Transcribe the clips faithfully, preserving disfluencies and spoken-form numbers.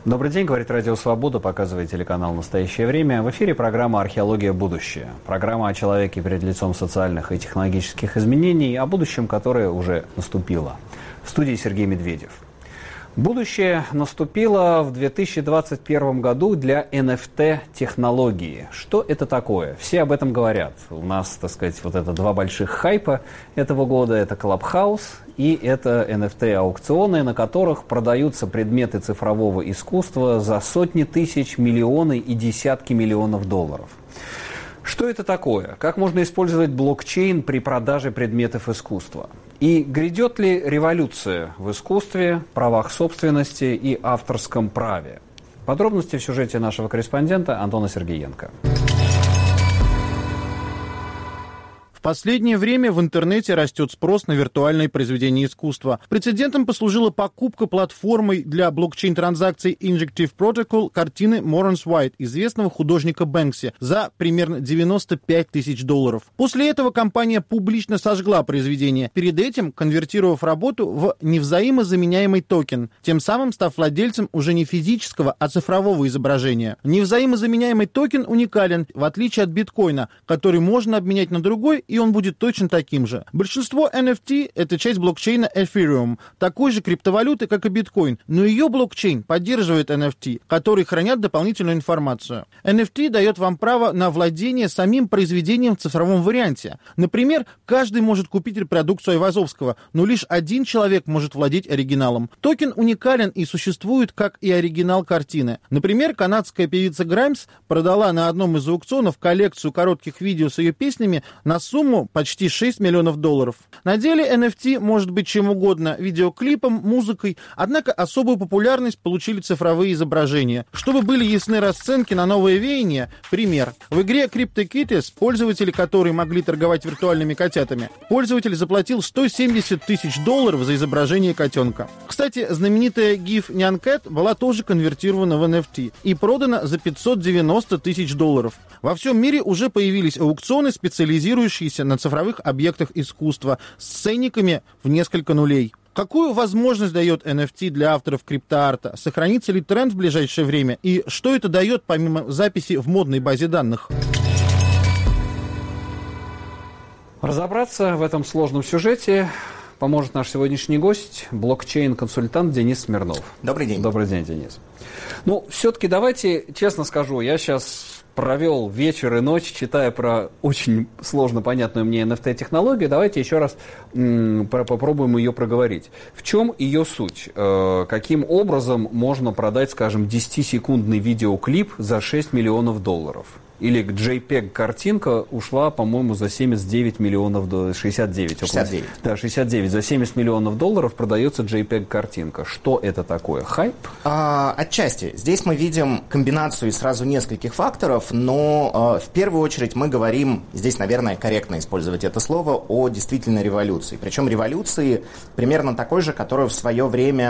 Добрый день, говорит Радио Свобода, показывает телеканал «Настоящее время». В эфире программа «Археология. Будущее». Программа о человеке перед лицом социальных и технологических изменений, о будущем, которое уже наступило. В студии Сергей Медведев. Будущее наступило в две тысячи двадцать первом году для эн эф ти-технологии. Что это такое? Все об этом говорят. У нас, так сказать, вот это два больших хайпа этого года. Это Clubhouse и это эн эф ти-аукционы, на которых продаются предметы цифрового искусства за сотни тысяч, миллионы и десятки миллионов долларов. Что это такое? Как можно использовать блокчейн при продаже предметов искусства? И грядет ли революция в искусстве, правах собственности и авторском праве? Подробности в сюжете нашего корреспондента Антона Сергеенко. В последнее время в интернете растет спрос на виртуальные произведения искусства. Прецедентом послужила покупка платформой для блокчейн-транзакций Injective Protocol картины Моренс Уайт, известного художника Бэнкси, за примерно девяносто пять тысяч долларов. После этого компания публично сожгла произведение, перед этим конвертировав работу в невзаимозаменяемый токен, тем самым став владельцем уже не физического, а цифрового изображения. Невзаимозаменяемый токен уникален, в отличие от биткоина, который можно обменять на другой, и он будет точно таким же. Большинство эн эф ти – это часть блокчейна Ethereum, такой же криптовалюты, как и биткоин, но ее блокчейн поддерживает эн эф ти, которые хранят дополнительную информацию. эн эф ти дает вам право на владение самим произведением в цифровом варианте. Например, каждый может купить репродукцию Айвазовского, но лишь один человек может владеть оригиналом. Токен уникален и существует как и оригинал картины. Например, канадская певица Граймс продала на одном из аукционов коллекцию коротких видео с ее песнями на сумму почти шесть миллионов долларов. На деле эн эф ти может быть чем угодно – видеоклипом, музыкой, однако особую популярность получили цифровые изображения. Чтобы были ясны расценки на новые веяния, пример. В игре CryptoKitties, пользователи которой могли торговать виртуальными котятами, пользователь заплатил сто семьдесят тысяч долларов за изображение котенка. Кстати, знаменитая GIF Nyan Cat была тоже конвертирована в эн эф ти и продана за пятьсот девяносто тысяч долларов. Во всем мире уже появились аукционы, специализирующиеся на цифровых объектах искусства с ценниками в несколько нулей. Какую возможность дает эн эф ти для авторов криптоарта? Сохранится ли тренд в ближайшее время? И что это дает помимо записи в модной базе данных? Разобраться в этом сложном сюжете поможет наш сегодняшний гость, блокчейн-консультант Денис Смирнов. Добрый день. Добрый день, Денис. Ну, все-таки давайте, честно скажу, я сейчас провел вечер и ночь, читая про очень сложно понятную мне эн эф ти-технологию. Давайте еще раз м, попробуем ее проговорить. В чем ее суть? Э, каким образом можно продать, скажем, десятисекундный видеоклип за шесть миллионов долларов? Или JPEG-картинка ушла, по-моему, за семьдесят девять миллионов долларов, шестьдесят девять. шестьдесят девять. Да, шестьдесят девять. За семьдесят миллионов долларов продается JPEG-картинка. Что это такое? Хайп? А, отчасти. Здесь мы видим комбинацию из сразу нескольких факторов, но а, в первую очередь мы говорим, здесь, наверное, корректно использовать это слово, о действительно революции. Причем революции примерно такой же, которую в свое время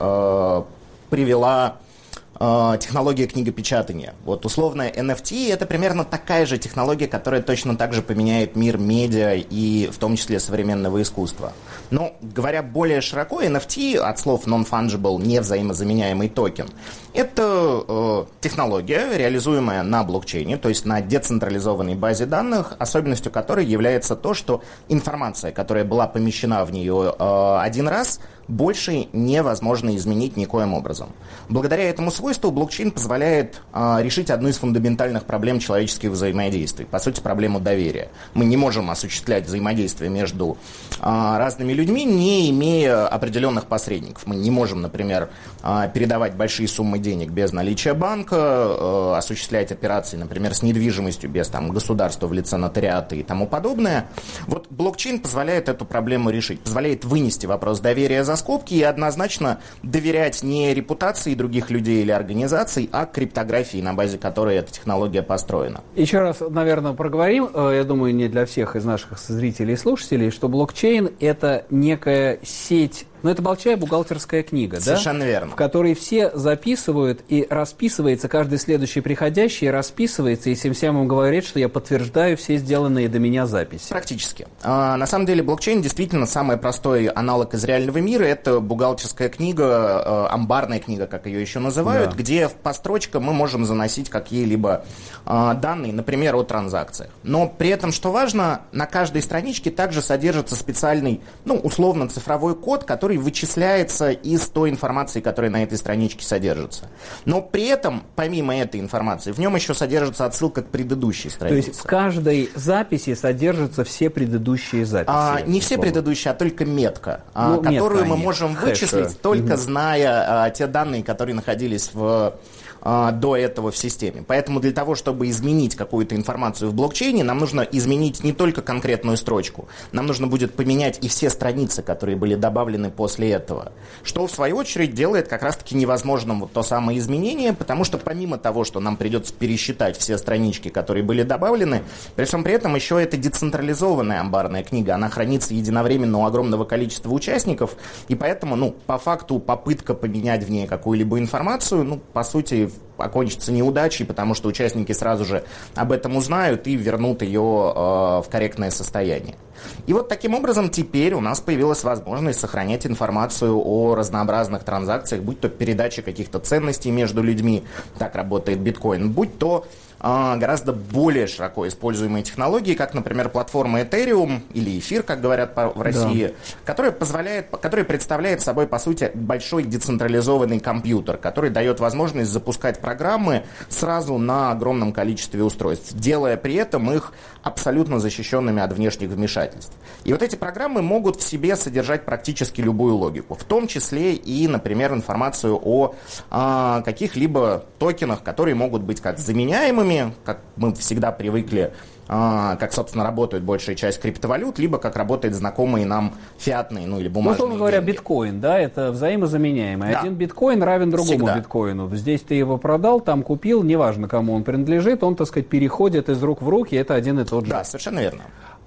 а, привела технология книгопечатания. Вот условная эн эф ти — это примерно такая же технология, которая точно так же поменяет мир медиа и в том числе современного искусства. Но, говоря более широко, эн эф ти, от слов non-fungible, невзаимозаменяемый токен, это э, технология, реализуемая на блокчейне, то есть на децентрализованной базе данных, особенностью которой является то, что информация, которая была помещена в нее э, один раз, больше невозможно изменить никоим образом. Благодаря этому свойству блокчейн позволяет а, решить одну из фундаментальных проблем человеческих взаимодействий, по сути, проблему доверия. Мы не можем осуществлять взаимодействие между а, разными людьми, не имея определенных посредников. Мы не можем, например, а, передавать большие суммы денег без наличия банка, а, осуществлять операции, например, с недвижимостью без там, государства в лице нотариата и тому подобное. Вот блокчейн позволяет эту проблему решить, позволяет вынести вопрос доверия за скобки и однозначно доверять не репутации других людей или организаций, а криптографии, на базе которой эта технология построена. Еще раз, наверное, проговорим, я думаю, не для всех из наших зрителей и слушателей, что блокчейн – это некая сеть Но это большая бухгалтерская книга, Совершенно да? верно. В которой все записывают и расписывается, каждый следующий приходящий расписывается и всем самым говорит, что я подтверждаю все сделанные до меня записи. Практически. А, на самом деле блокчейн действительно самый простой аналог из реального мира. Это бухгалтерская книга, амбарная книга, как ее еще называют, да. где по строчкам мы можем заносить какие-либо а, данные, например, о транзакциях. Но при этом, что важно, на каждой страничке также содержится специальный, ну, условно, цифровой код, который вычисляется из той информации, которая на этой страничке содержится. Но при этом, помимо этой информации, в нем еще содержится отсылка к предыдущей странице. То есть в каждой записи содержатся все предыдущие записи? А, не все предыдущие, а только метка, ну, которую метка мы можем хэш. вычислить, только угу. зная а, те данные, которые находились в... до этого в системе. Поэтому для того, чтобы изменить какую-то информацию в блокчейне, нам нужно изменить не только конкретную строчку, нам нужно будет поменять и все страницы, которые были добавлены после этого. Что, в свою очередь, делает как раз-таки невозможным вот то самое изменение, потому что помимо того, что нам придется пересчитать все странички, которые были добавлены, при всем при этом еще это децентрализованная амбарная книга, она хранится единовременно у огромного количества участников, и поэтому, ну, по факту попытка поменять в ней какую-либо информацию, ну, по сути, окончится неудачей, потому что участники сразу же об этом узнают и вернут ее э, в корректное состояние. И вот таким образом теперь у нас появилась возможность сохранять информацию о разнообразных транзакциях, будь то передача каких-то ценностей между людьми, так работает биткоин, будь то э, гораздо более широко используемые технологии, как, например, платформа Ethereum или эфир, как говорят по, в России, да. которая позволяет, которая представляет собой, по сути, большой децентрализованный компьютер, который дает возможность запускать программы сразу на огромном количестве устройств, делая при этом их абсолютно защищенными от внешних вмешательств. И вот эти программы могут в себе содержать практически любую логику, в том числе и, например, информацию о а, каких-либо токенах, которые могут быть как заменяемыми, как мы всегда привыкли, А, как, собственно, работает большая часть криптовалют, либо как работает знакомые нам фиатные, ну или бумажные деньги. Условно говоря, биткоин, да, это взаимозаменяемый. Да. Один биткоин равен другому Всегда. биткоину. Здесь ты его продал, там купил, неважно, кому он принадлежит, он, так сказать, переходит из рук в руки, это один и тот же. Да, совершенно верно.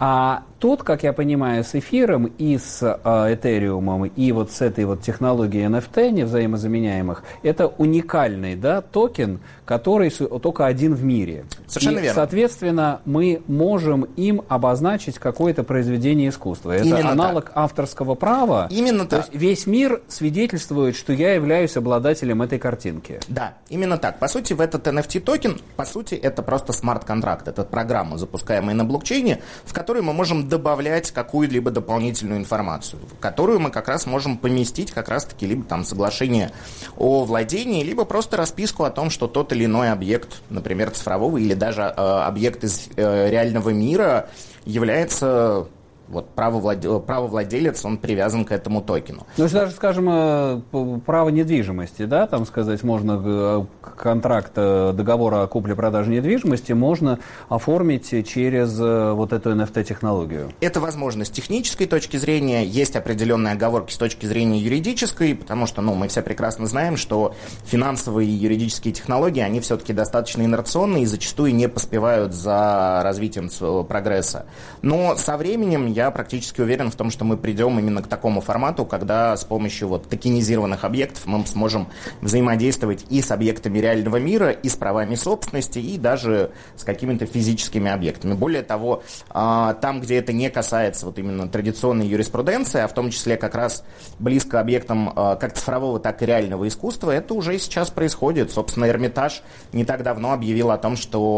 А тут, как я понимаю, с эфиром и с э, этериумом, и вот с этой вот технологией эн эф ти, невзаимозаменяемых, это уникальный, да, токен, который только один в мире. Совершенно и, верно. Соответственно, мы можем им обозначить какое-то произведение искусства. Это Именно аналог так. авторского права. Именно То так. есть весь мир свидетельствует, что я являюсь обладателем этой картинки. Да, именно так. По сути, в этот эн эф ти-токен, по сути, это просто смарт-контракт. Это программа, запускаемая на блокчейне, в которой мы можем добавлять какую-либо дополнительную информацию, которую мы как раз можем поместить как раз-таки либо там соглашение о владении, либо просто расписку о том, что тот или иной объект, например, цифрового или даже э, объект из э, реального мира является... Вот правовладе... правовладелец, он привязан к этому токену. Ну, если даже, скажем, право недвижимости, да, там сказать, можно контракт договора о купле-продаже недвижимости можно оформить через вот эту эн эф ти-технологию. Это возможно с технической точки зрения, есть определенные оговорки с точки зрения юридической, потому что, ну, мы все прекрасно знаем, что финансовые и юридические технологии, они все-таки достаточно инерционные и зачастую не поспевают за развитием своего прогресса. Но со временем я практически уверен в том, что мы придем именно к такому формату, когда с помощью вот токенизированных объектов мы сможем взаимодействовать и с объектами реального мира, и с правами собственности, и даже с какими-то физическими объектами. Более того, там, где это не касается вот именно традиционной юриспруденции, а в том числе как раз близко объектам как цифрового, так и реального искусства, это уже сейчас происходит. Собственно, Эрмитаж не так давно объявил о том,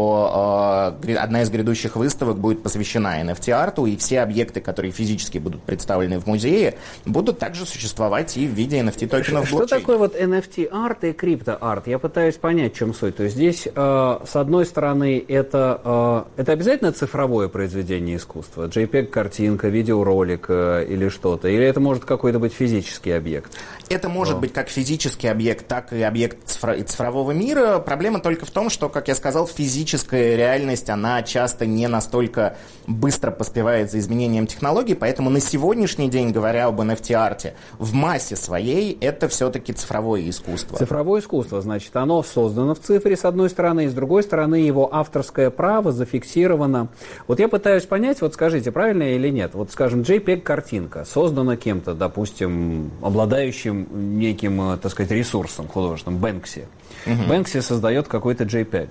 что одна из грядущих выставок будет посвящена эн эф ти-арту, и все объекты, которые физически будут представлены в музее, будут также существовать и в виде эн эф ти-токенов в блокчейне. Что такое вот эн эф ти-арт и крипто-арт? Я пытаюсь понять, в чем суть. То есть здесь, э, с одной стороны, это, э, это обязательно цифровое произведение искусства? джей пег, картинка, видеоролик э, или что-то? Или это может какой-то быть физический объект? Это может О. быть как физический объект, так и объект цифро- цифрового мира. Проблема только в том, что, как я сказал, физическая реальность, она часто не настолько быстро поспевает за изменением использованием технологий, поэтому на сегодняшний день, говоря об эн эф ти-арте, в массе своей это все-таки цифровое искусство. Цифровое искусство, значит, оно создано в цифре, с одной стороны, и с другой стороны, его авторское право зафиксировано. Вот я пытаюсь понять, вот скажите, правильно или нет, вот, скажем, JPEG-картинка создана кем-то, допустим, обладающим неким, так сказать, ресурсом художественным, Бэнкси. Uh-huh. Бэнкси создает какой-то JPEG.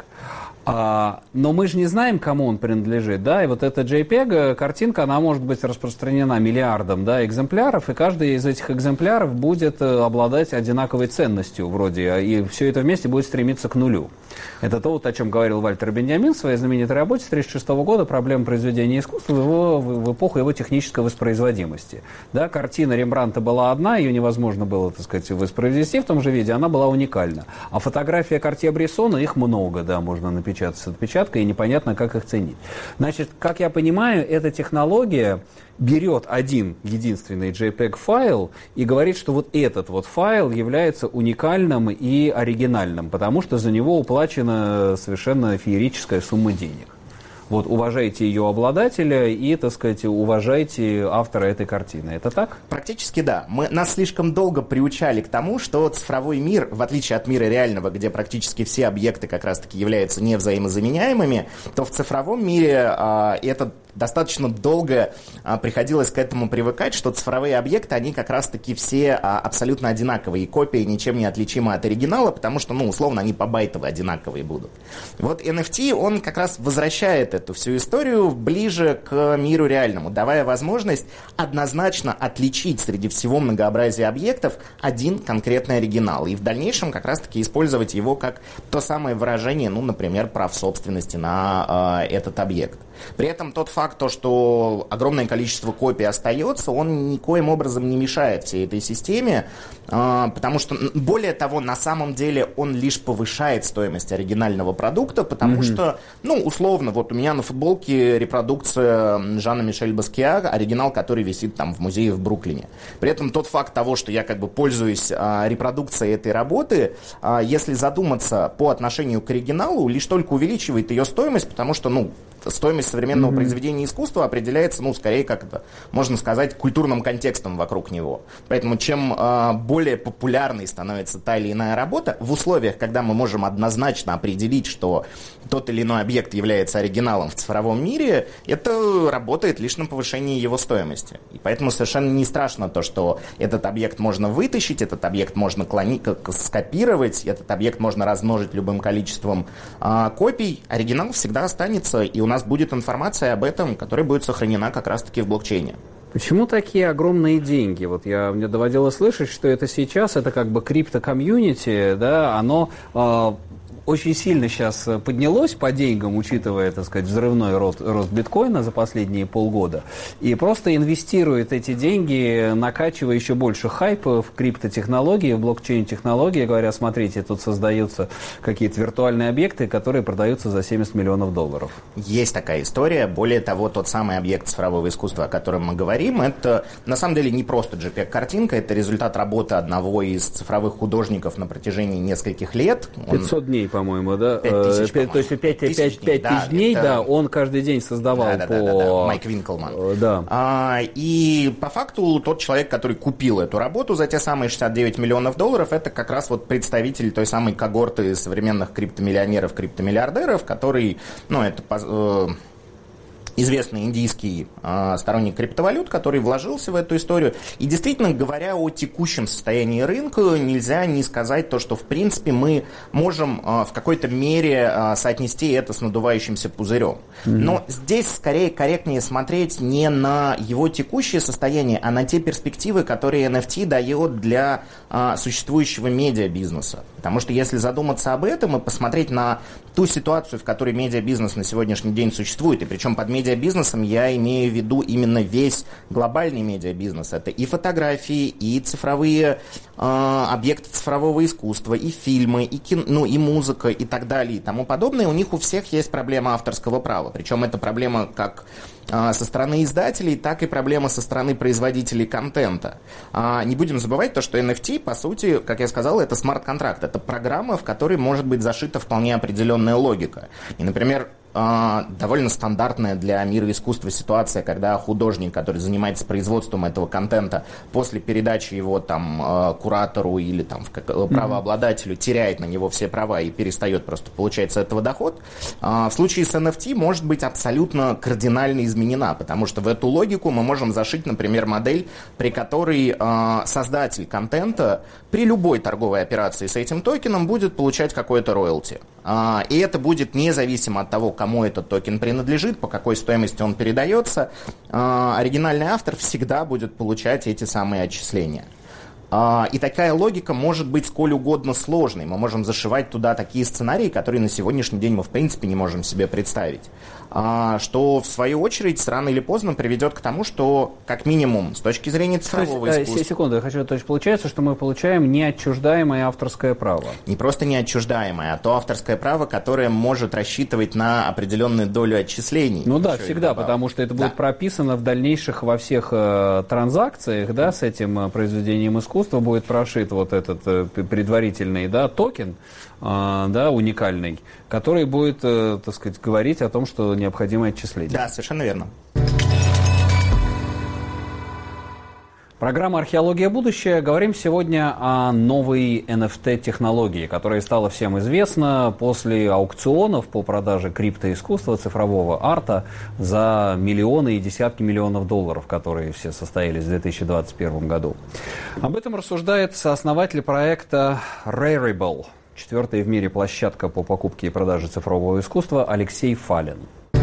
А, но мы же не знаем, кому он принадлежит, да, и вот эта JPEG, картинка, она может быть распространена миллиардом, да, экземпляров, и каждый из этих экземпляров будет обладать одинаковой ценностью вроде, и все это вместе будет стремиться к нулю. Это то, вот, о чем говорил Вальтер Беньямин в своей знаменитой работе с тысяча девятьсот тридцать шестого года «Проблема произведения искусства» в, его, в эпоху его технической воспроизводимости. Да, картина Рембрандта была одна, ее невозможно было, так сказать, воспроизвести в том же виде, она была уникальна. А фотография Картье-Брессона, их много, да, можно напечатать с отпечаткой, и непонятно, как их ценить. Значит, как я понимаю, эта технология берет один единственный JPEG-файл и говорит, что вот этот вот файл является уникальным и оригинальным, потому что за него уплачена совершенно феерическая сумма денег. Вот, уважайте ее обладателя и, так сказать, уважайте автора этой картины. Это так? Практически да. Мы, нас слишком долго приучали к тому, что цифровой мир, в отличие от мира реального, где практически все объекты как раз-таки являются невзаимозаменяемыми, то в цифровом мире а, это достаточно долго а, приходилось к этому привыкать, что цифровые объекты, они как раз-таки все а, абсолютно одинаковые, и копии ничем не отличимы от оригинала, потому что, ну, условно, они побайтово одинаковые будут. Вот эн эф ти, он как раз возвращает эту всю историю ближе к миру реальному, давая возможность однозначно отличить среди всего многообразия объектов один конкретный оригинал, и в дальнейшем как раз-таки использовать его как то самое выражение, ну, например, прав собственности на э, этот объект. При этом тот факт, то, что огромное количество копий остается, он никоим образом не мешает всей этой системе, э, потому что, более того, на самом деле он лишь повышает стоимость оригинального продукта, потому mm-hmm. что, ну, условно, вот у меня на футболке репродукция Жана-Мишель Баскиа, оригинал, который висит там в музее в Бруклине. При этом тот факт того, что я как бы пользуюсь э, репродукцией этой работы, э, если задуматься по отношению к оригиналу, лишь только увеличивает ее стоимость, потому что, ну, стоимость современного mm-hmm. произведения искусства определяется, ну, скорее, как это можно сказать, культурным контекстом вокруг него. Поэтому чем э, более популярной становится та или иная работа, в условиях, когда мы можем однозначно определить, что тот или иной объект является оригиналом в цифровом мире, это работает лишь на повышение его стоимости. И поэтому совершенно не страшно то, что этот объект можно вытащить, этот объект можно клони- скопировать, этот объект можно размножить любым количеством э, копий. Оригинал всегда останется, и у нас будет информация об этом, которая будет сохранена как раз-таки в блокчейне. Почему такие огромные деньги? Вот я, мне доводилось слышать, что это сейчас, это как бы крипто-комьюнити, да, оно э, очень сильно сейчас поднялось по деньгам, учитывая, так сказать, взрывной рост, рост биткоина за последние полгода, и просто инвестирует эти деньги, накачивая еще больше хайпа в криптотехнологии, в блокчейн-технологии, говоря, смотрите, тут создаются какие-то виртуальные объекты, которые продаются за семьдесят миллионов долларов. Есть такая история. Более того, тот самый объект цифрового искусства, о котором мы говорим, это на самом деле не просто JPEG-картинка, это результат работы одного из цифровых художников на протяжении нескольких лет. пятьсот дней, по-моему, да? пять тысяч, То есть пять тысяч дней, да, да, он каждый день создавал да, да, по... Да, да, да, Майк Винклман. Да. А, и по факту тот человек, который купил эту работу за те самые шестьдесят девять миллионов долларов, это как раз вот представитель той самой когорты современных криптомиллионеров, криптомиллиардеров, который, ну, это... Э, известный индийский э, сторонник криптовалют, который вложился в эту историю. И действительно, говоря о текущем состоянии рынка, нельзя не сказать то, что в принципе мы можем э, в какой-то мере э, соотнести это с надувающимся пузырем. Mm-hmm. Но здесь скорее корректнее смотреть не на его текущее состояние, а на те перспективы, которые эн эф ти дает для э, существующего медиабизнеса. Потому что если задуматься об этом и посмотреть на ту ситуацию, в которой медиабизнес на сегодняшний день существует, и причем под медиабизнесом я имею в виду именно весь глобальный медиабизнес. Это и фотографии, и цифровые э, объекты цифрового искусства, и фильмы, и, кино, ну, и музыка, и так далее, и тому подобное. У них у всех есть проблема авторского права. Причем это проблема как э, со стороны издателей, так и проблема со стороны производителей контента. Э, не будем забывать то, что эн эф ти, по сути, как я сказал, это смарт-контракт. Это программа, в которой может быть зашита вполне определенная логика. И, например, э, довольно стандартная для мира искусства ситуация, когда художник, который занимается производством этого контента, после передачи его там э, куратору или там правообладателю, mm-hmm. теряет на него все права и перестает просто получать с этого доход. Э, в случае с эн эф ти может быть абсолютно кардинально изменена, потому что в эту логику мы можем зашить, например, модель, при которой э, создатель контента при любой торговой операции с этим токеном будет получать какое-то роялти. Uh, и это будет независимо от того, кому этот токен принадлежит, по какой стоимости он передается. Uh, оригинальный автор всегда будет получать эти самые отчисления. Uh, и такая логика может быть сколь угодно сложной. Мы можем зашивать туда такие сценарии, которые на сегодняшний день мы в принципе не можем себе представить. Uh, что в свою очередь рано или поздно приведет к тому, что как минимум с точки зрения цифрового то есть, искусства... Секунду, я хочу, то есть получается, что мы получаем неотчуждаемое авторское право. Не просто неотчуждаемое, а то авторское право, которое может рассчитывать на определенную долю отчислений. Ну да, всегда, потому что это будет да. прописано в дальнейших во всех э, транзакциях, да, с этим э, произведением искусства будет прошит вот этот э, предварительный, да, токен, э, да, уникальный, который будет, э, так сказать, говорить о том, что необходимое отчисление. Да, совершенно верно. Программа «Археология. Будущее». Говорим сегодня о новой эн эф ти-технологии, которая стала всем известна после аукционов по продаже криптоискусства, цифрового арта за миллионы и десятки миллионов долларов, которые все состоялись в две тысячи двадцать первом году. Об этом рассуждает сооснователь проекта Rarible, четвертая в мире площадка по покупке и продаже цифрового искусства, Алексей Фалин.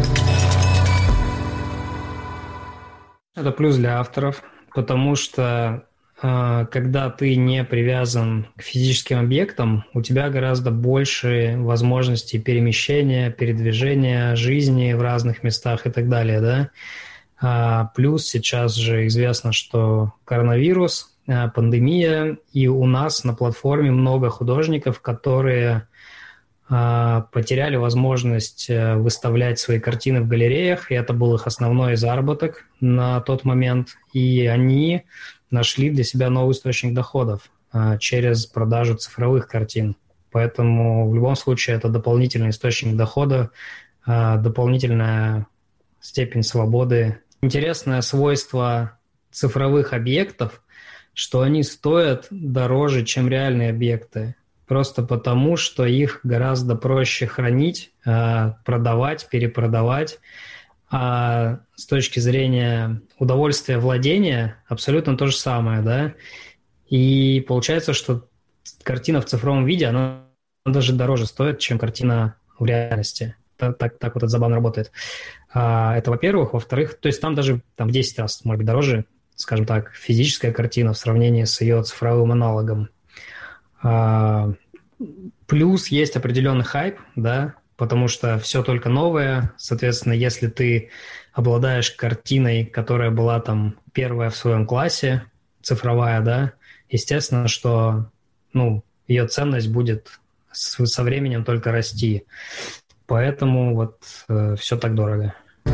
Это плюс для авторов. Потому что э, когда ты не привязан к физическим объектам, у тебя гораздо больше возможностей перемещения, передвижения, жизни в разных местах и так далее, да. А, плюс сейчас же известно, что коронавирус, э, пандемия, и у нас на платформе много художников, которые э, потеряли возможность э, выставлять свои картины в галереях, и это был их основной заработок на тот момент, и они нашли для себя новый источник доходов а, через продажу цифровых картин. Поэтому в любом случае это дополнительный источник дохода, а, дополнительная степень свободы. Интересное свойство цифровых объектов, что они стоят дороже, чем реальные объекты. Просто потому, что их гораздо проще хранить, а, продавать, перепродавать. А с точки зрения удовольствия владения абсолютно то же самое, да. И получается, что картина в цифровом виде, она даже дороже стоит, чем картина в реальности. Так, так, так вот это забавно работает. А, это, во-первых. Во-вторых, то есть там даже там, в десять раз, может быть, дороже, скажем так, физическая картина в сравнении с ее цифровым аналогом. А, плюс есть определенный хайп, да, потому что все только новое. Соответственно, если ты обладаешь картиной, которая была там первая в своем классе, цифровая, да, естественно, что ну, ее ценность будет с, со временем только расти. Поэтому вот э, все так дорого.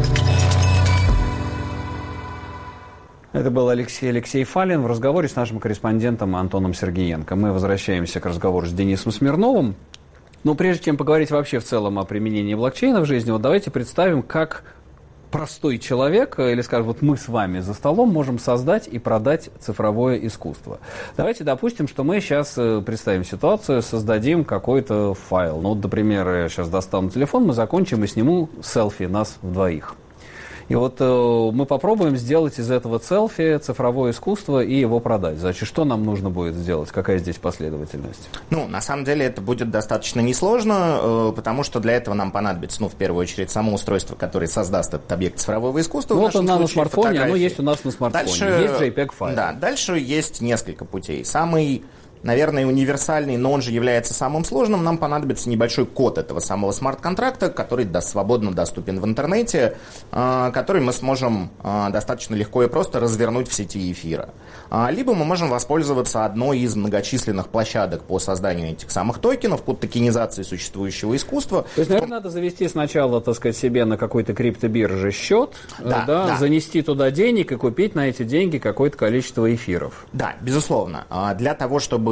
Это был Алексей Алексей Фалин в разговоре с нашим корреспондентом Антоном Сергеенко. Мы возвращаемся к разговору с Денисом Смирновым. Но прежде чем поговорить вообще в целом о применении блокчейна в жизни, вот давайте представим, как простой человек, или, скажем, вот мы с вами за столом можем создать и продать цифровое искусство. Давайте допустим, что мы сейчас представим ситуацию, создадим какой-то файл. Ну вот, например, я сейчас достану телефон, мы закончим и сниму селфи нас двоих. И вот э, мы попробуем сделать из этого селфи цифровое искусство и его продать. Значит, что нам нужно будет сделать? Какая здесь последовательность? Ну, на самом деле это будет достаточно несложно, э, потому что для этого нам понадобится, ну, в первую очередь, само устройство, которое создаст этот объект цифрового искусства. Ну, вот он на смартфоне, фотографии. Оно есть у нас на смартфоне. Дальше, есть JPEG-файл. Да, дальше есть несколько путей. Самый, наверное, универсальный, но он же является самым сложным. Нам понадобится небольшой код этого самого смарт-контракта, который да, свободно доступен в интернете, э, который мы сможем э, достаточно легко и просто развернуть в сети эфира. А, либо мы можем воспользоваться одной из многочисленных площадок по созданию этих самых токенов, под токенизацией существующего искусства. То есть, наверное, надо завести сначала, так сказать, себе на какой-то криптобирже счет, да, да, да. занести туда денег и купить на эти деньги какое-то количество эфиров. Да, безусловно. Для того, чтобы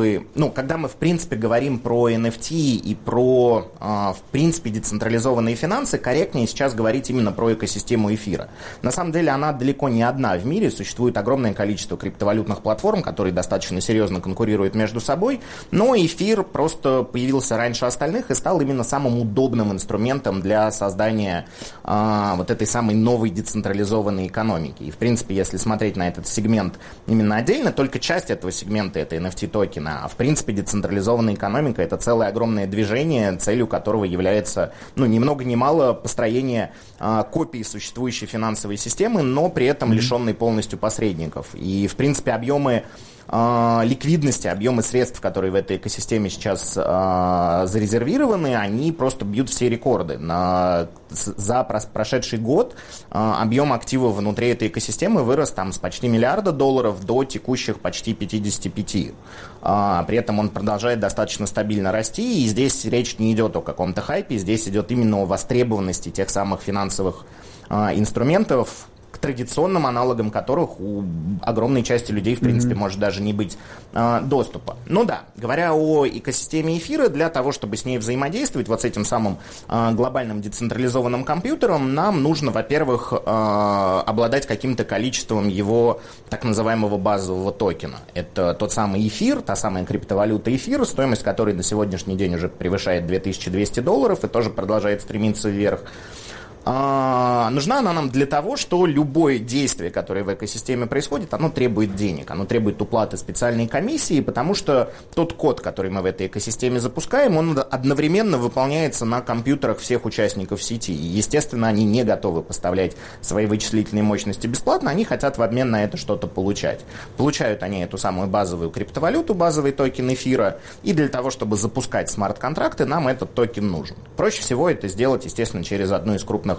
чтобы, ну, когда мы, в принципе, говорим про эн эф ти и про, э, в принципе, децентрализованные финансы, корректнее сейчас говорить именно про экосистему эфира. На самом деле она далеко не одна в мире, существует огромное количество криптовалютных платформ, которые достаточно серьезно конкурируют между собой, но эфир просто появился раньше остальных и стал именно самым удобным инструментом для создания э, вот этой самой новой децентрализованной экономики. И, в принципе, если смотреть на этот сегмент именно отдельно, только часть этого сегмента — это эн эф ти-токена, а, в принципе, децентрализованная экономика — это целое огромное движение, целью которого является, ну, ни много ни мало построение э, копии существующей финансовой системы, но при этом лишенной полностью посредников. И, в принципе, объемы э, ликвидности, объемы средств, которые в этой экосистеме сейчас э, зарезервированы, они просто бьют все рекорды. На, за прошедший год э, объем активов внутри этой экосистемы вырос там с почти миллиарда долларов до текущих почти пятьдесят пять. Э, при этом он продолжает достаточно стабильно расти, и здесь речь не идет о каком-то хайпе, здесь идет именно о востребованности тех самых финансовых э, инструментов, к традиционным аналогам которых у огромной части людей, в принципе, mm-hmm. может даже не быть э, доступа. Ну да, говоря о экосистеме эфира, для того, чтобы с ней взаимодействовать, вот с этим самым э, глобальным децентрализованным компьютером, нам нужно, во-первых, э, обладать каким-то количеством его так называемого базового токена. Это тот самый эфир, та самая криптовалюта эфир, стоимость которой на сегодняшний день уже превышает две тысячи двести долларов и тоже продолжает стремиться вверх. А, нужна она нам для того, что любое действие, которое в экосистеме происходит, оно требует денег, оно требует уплаты специальной комиссии, потому что тот код, который мы в этой экосистеме запускаем, он одновременно выполняется на компьютерах всех участников сети. И, естественно, они не готовы поставлять свои вычислительные мощности бесплатно, они хотят в обмен на это что-то получать. Получают они эту самую базовую криптовалюту, базовый токен эфира, и для того, чтобы запускать смарт-контракты, нам этот токен нужен. Проще всего это сделать, естественно, через одну из крупных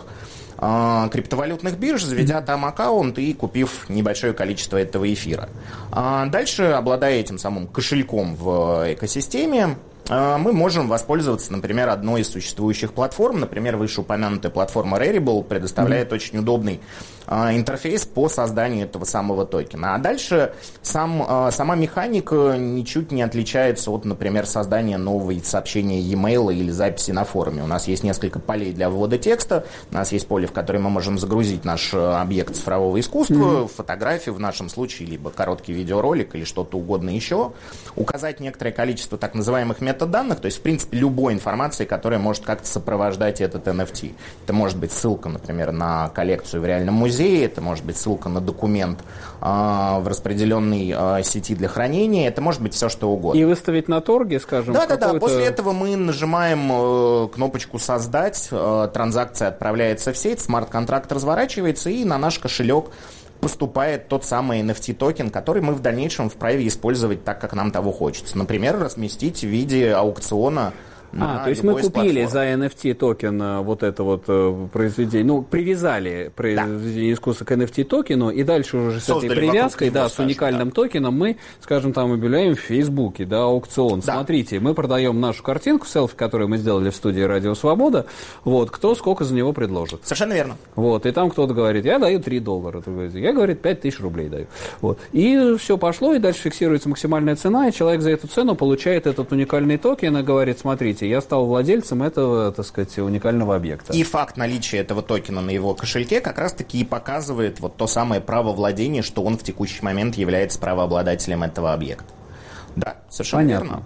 э, криптовалютных бирж, заведя там аккаунт и купив небольшое количество этого эфира. А дальше, обладая этим самым кошельком в экосистеме, э, мы можем воспользоваться, например, одной из существующих платформ. Например, вышеупомянутая платформа Rarible предоставляет mm-hmm. очень удобный э, интерфейс по созданию этого самого токена. А дальше сам, э, сама механика ничуть не отличается от, например, создания нового сообщения e-mail или записи на форуме. У нас есть несколько полей для ввода текста, у нас есть поле, в которое мы можем загрузить наш объект цифрового искусства, mm-hmm. фотографию в нашем случае, либо короткий видеоролик или что-то угодно еще, указать некоторое количество так называемых метаданных, то есть, в принципе, любой информации, которая может как-то сопровождать этот эн эф ти. Это может быть ссылка, например, на коллекцию в реальном музее, это может быть ссылка на документ э, в распределенной э, сети для хранения, это может быть все, что угодно. И выставить на торге, скажем, Да-да-да, после этого мы нажимаем э, кнопочку «Создать», э, транзакция отправляется в сеть, смарт-контракт разворачивается, и на наш кошелек поступает тот самый эн эф ти-токен, который мы в дальнейшем вправе использовать так, как нам того хочется. Например, разместить в виде аукциона. А, то есть мы купили за эн эф ти-токен вот это вот произведение, ну, привязали произведение да. искусства к эн эф ти-токену, и дальше уже с Создали этой привязкой, да, с уникальным да. токеном мы, скажем, там объявляем в Фейсбуке, да, аукцион. Да. Смотрите, мы продаем нашу картинку, селфи, которую мы сделали в студии «Радио Свобода», вот, кто сколько за него предложит. Совершенно верно. Вот, и там кто-то говорит, я даю три доллара, я, говорит, пять тысяч рублей даю. Вот. И все пошло, и дальше фиксируется максимальная цена, и человек за эту цену получает этот уникальный токен и говорит, смотрите, я стал владельцем этого, так сказать, уникального объекта. И факт наличия этого токена на его кошельке как раз-таки и показывает вот то самое право владения, что он в текущий момент является правообладателем этого объекта. Да, совершенно Понятно. верно.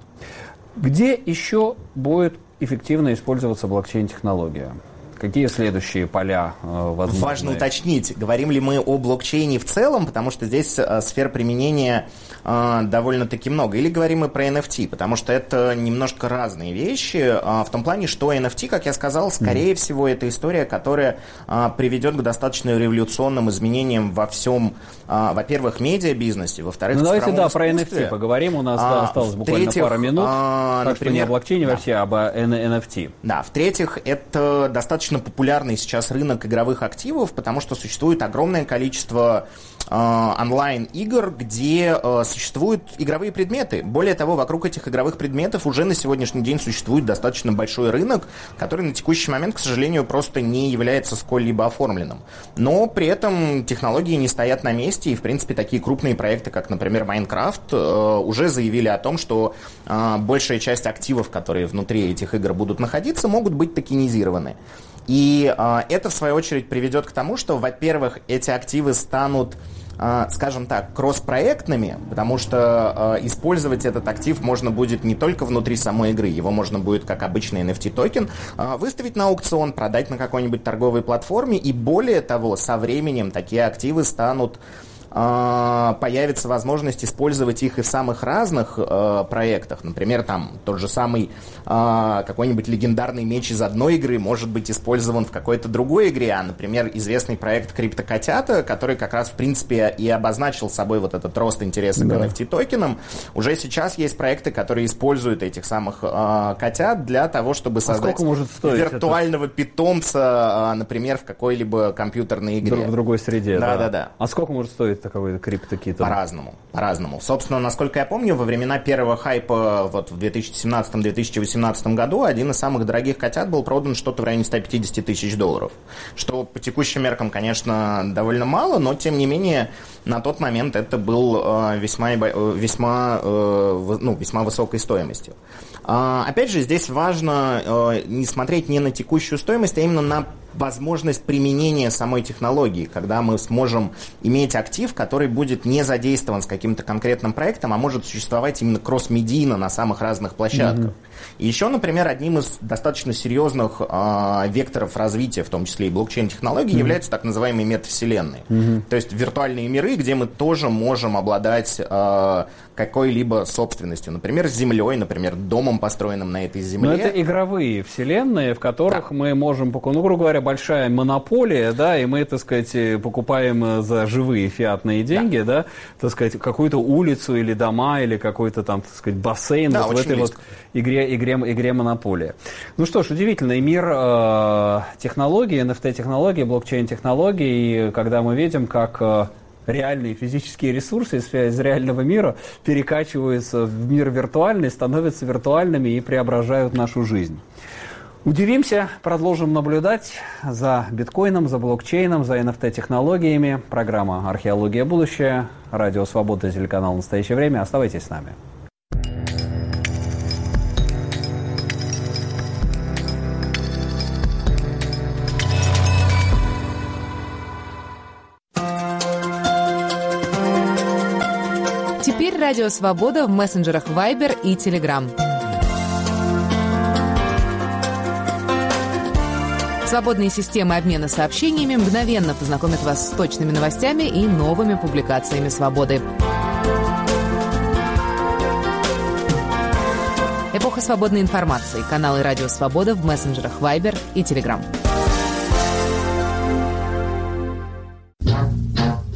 Где еще будет эффективно использоваться блокчейн-технология? Какие следующие поля э, возможны? Важно уточнить, говорим ли мы о блокчейне в целом, потому что здесь э, сфер применения э, довольно-таки много. Или говорим мы про эн эф ти, потому что это немножко разные вещи. Э, в том плане, что эн эф ти, как я сказал, скорее mm. всего, это история, которая э, приведет к достаточно революционным изменениям во всем, э, во-первых, медиабизнесе, во-вторых, ну, цифровом давайте, да, искусстве. про эн эф ти поговорим. У нас а, да, осталось буквально пара минут. А, так например, что не о блокчейне да. вообще, а об эн эф ти. Да, в-третьих, это достаточно популярный сейчас рынок игровых активов, потому что существует огромное количество онлайн-игр, где э, существуют игровые предметы. Более того, вокруг этих игровых предметов уже на сегодняшний день существует достаточно большой рынок, который на текущий момент, к сожалению, просто не является сколь-либо оформленным. Но при этом технологии не стоят на месте, и, в принципе, такие крупные проекты, как, например, Майнкрафт, э, уже заявили о том, что э, большая часть активов, которые внутри этих игр будут находиться, могут быть токенизированы. И э, это, в свою очередь, приведет к тому, что, во-первых, эти активы станут, э, скажем так, кросс-проектными, потому что э, использовать этот актив можно будет не только внутри самой игры, его можно будет, как обычный эн эф ти-токен, э, выставить на аукцион, продать на какой-нибудь торговой платформе, и более того, со временем такие активы станут... появится возможность использовать их и в самых разных э, проектах. Например, там тот же самый э, какой-нибудь легендарный меч из одной игры может быть использован в какой-то другой игре, а, например, известный проект «Криптокотята», который как раз, в принципе, и обозначил собой вот этот рост интереса да. к эн эф ти-токенам. Уже сейчас есть проекты, которые используют этих самых э, котят для того, чтобы создать а может виртуального это? питомца, э, например, в какой-либо компьютерной игре. В другой среде, да. Да, да, да. А сколько может стоить такой криптокит? По-разному, по-разному. Собственно, насколько я помню, во времена первого хайпа вот в две тысячи семнадцатом - две тысячи восемнадцатом году один из самых дорогих котят был продан что-то в районе сто пятьдесят тысяч долларов. Что по текущим меркам, конечно, довольно мало, но, тем не менее, на тот момент это был э, весьма, весьма, э, ну, весьма высокой стоимостью. А, опять же, здесь важно э, не смотреть не на текущую стоимость, а именно на возможность применения самой технологии, когда мы сможем иметь актив, который будет не задействован с каким-то конкретным проектом, а может существовать именно кросс-медийно на самых разных площадках. Mm-hmm. И еще, например, одним из достаточно серьезных э, векторов развития, в том числе и блокчейн-технологий, mm-hmm. являются так называемые метавселенные. Mm-hmm. То есть виртуальные миры, где мы тоже можем обладать э, какой-либо собственностью. Например, землей, например, домом, построенным на этой земле. Но это игровые вселенные, в которых да. мы можем, ну, грубо говоря, большая монополия, да, и мы, так сказать, покупаем за живые фиатные деньги, да, да так сказать, какую-то улицу или дома, или какой-то там, так сказать, бассейн да, вот в этой близко. вот игре, игре, игре монополия. Ну что ж, удивительный мир э, технологий, эн эф ти-технологий, блокчейн-технологий, когда мы видим, как... Э, реальные физические ресурсы из, из реального мира перекачиваются в мир виртуальный, становятся виртуальными и преображают нашу жизнь. Удивимся, продолжим наблюдать за биткоином, за блокчейном, за эн эф ти-технологиями. Программа «Археология. Будущее». Радио «Свобода», телеканал «Настоящее время». Оставайтесь с нами. Теперь Радио Свобода в мессенджерах Viber и Telegram. Свободные системы обмена сообщениями мгновенно познакомят вас с точными новостями и новыми публикациями «Свободы». Эпоха свободной информации. Каналы Радио Свобода в мессенджерах Viber и Telegram.